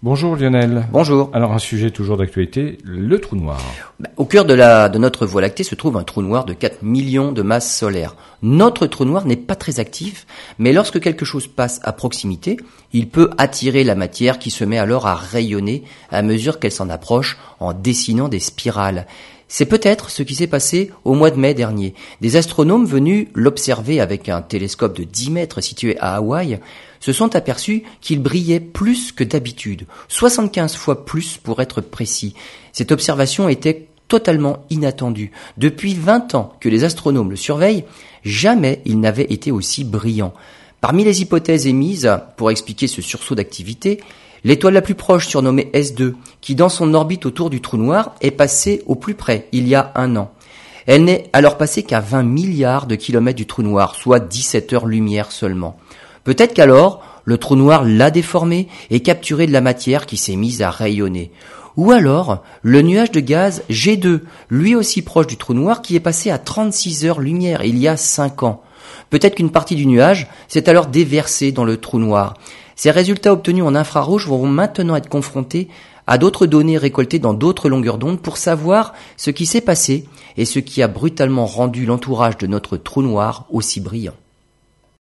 Bonjour Lionel. Bonjour. Alors un sujet toujours d'actualité, le trou noir. Au cœur de notre Voie lactée se trouve un trou noir de 4 millions de masses solaires. Notre trou noir n'est pas très actif, mais lorsque quelque chose passe à proximité, il peut attirer la matière qui se met alors à rayonner à mesure qu'elle s'en approche en dessinant des spirales. C'est peut-être ce qui s'est passé au mois de mai dernier. Des astronomes venus l'observer avec un télescope de 10 mètres situé à Hawaï se sont aperçus qu'il brillait plus que d'habitude, 75 fois plus pour être précis. Cette observation était totalement inattendue. Depuis 20 ans que les astronomes le surveillent, jamais il n'avait été aussi brillant. Parmi les hypothèses émises pour expliquer ce sursaut d'activité, l'étoile la plus proche, surnommée S2, qui dans son orbite autour du trou noir est passée au plus près il y a 1 an. Elle n'est alors passée qu'à 20 milliards de kilomètres du trou noir, soit 17 heures-lumière seulement. Peut-être qu'alors, le trou noir l'a déformé et capturé de la matière qui s'est mise à rayonner. Ou alors, le nuage de gaz G2, lui aussi proche du trou noir, qui est passé à 36 heures-lumière il y a 5 ans. Peut-être qu'une partie du nuage s'est alors déversée dans le trou noir. Ces résultats obtenus en infrarouge vont maintenant être confrontés à d'autres données récoltées dans d'autres longueurs d'onde pour savoir ce qui s'est passé et ce qui a brutalement rendu l'entourage de notre trou noir aussi brillant.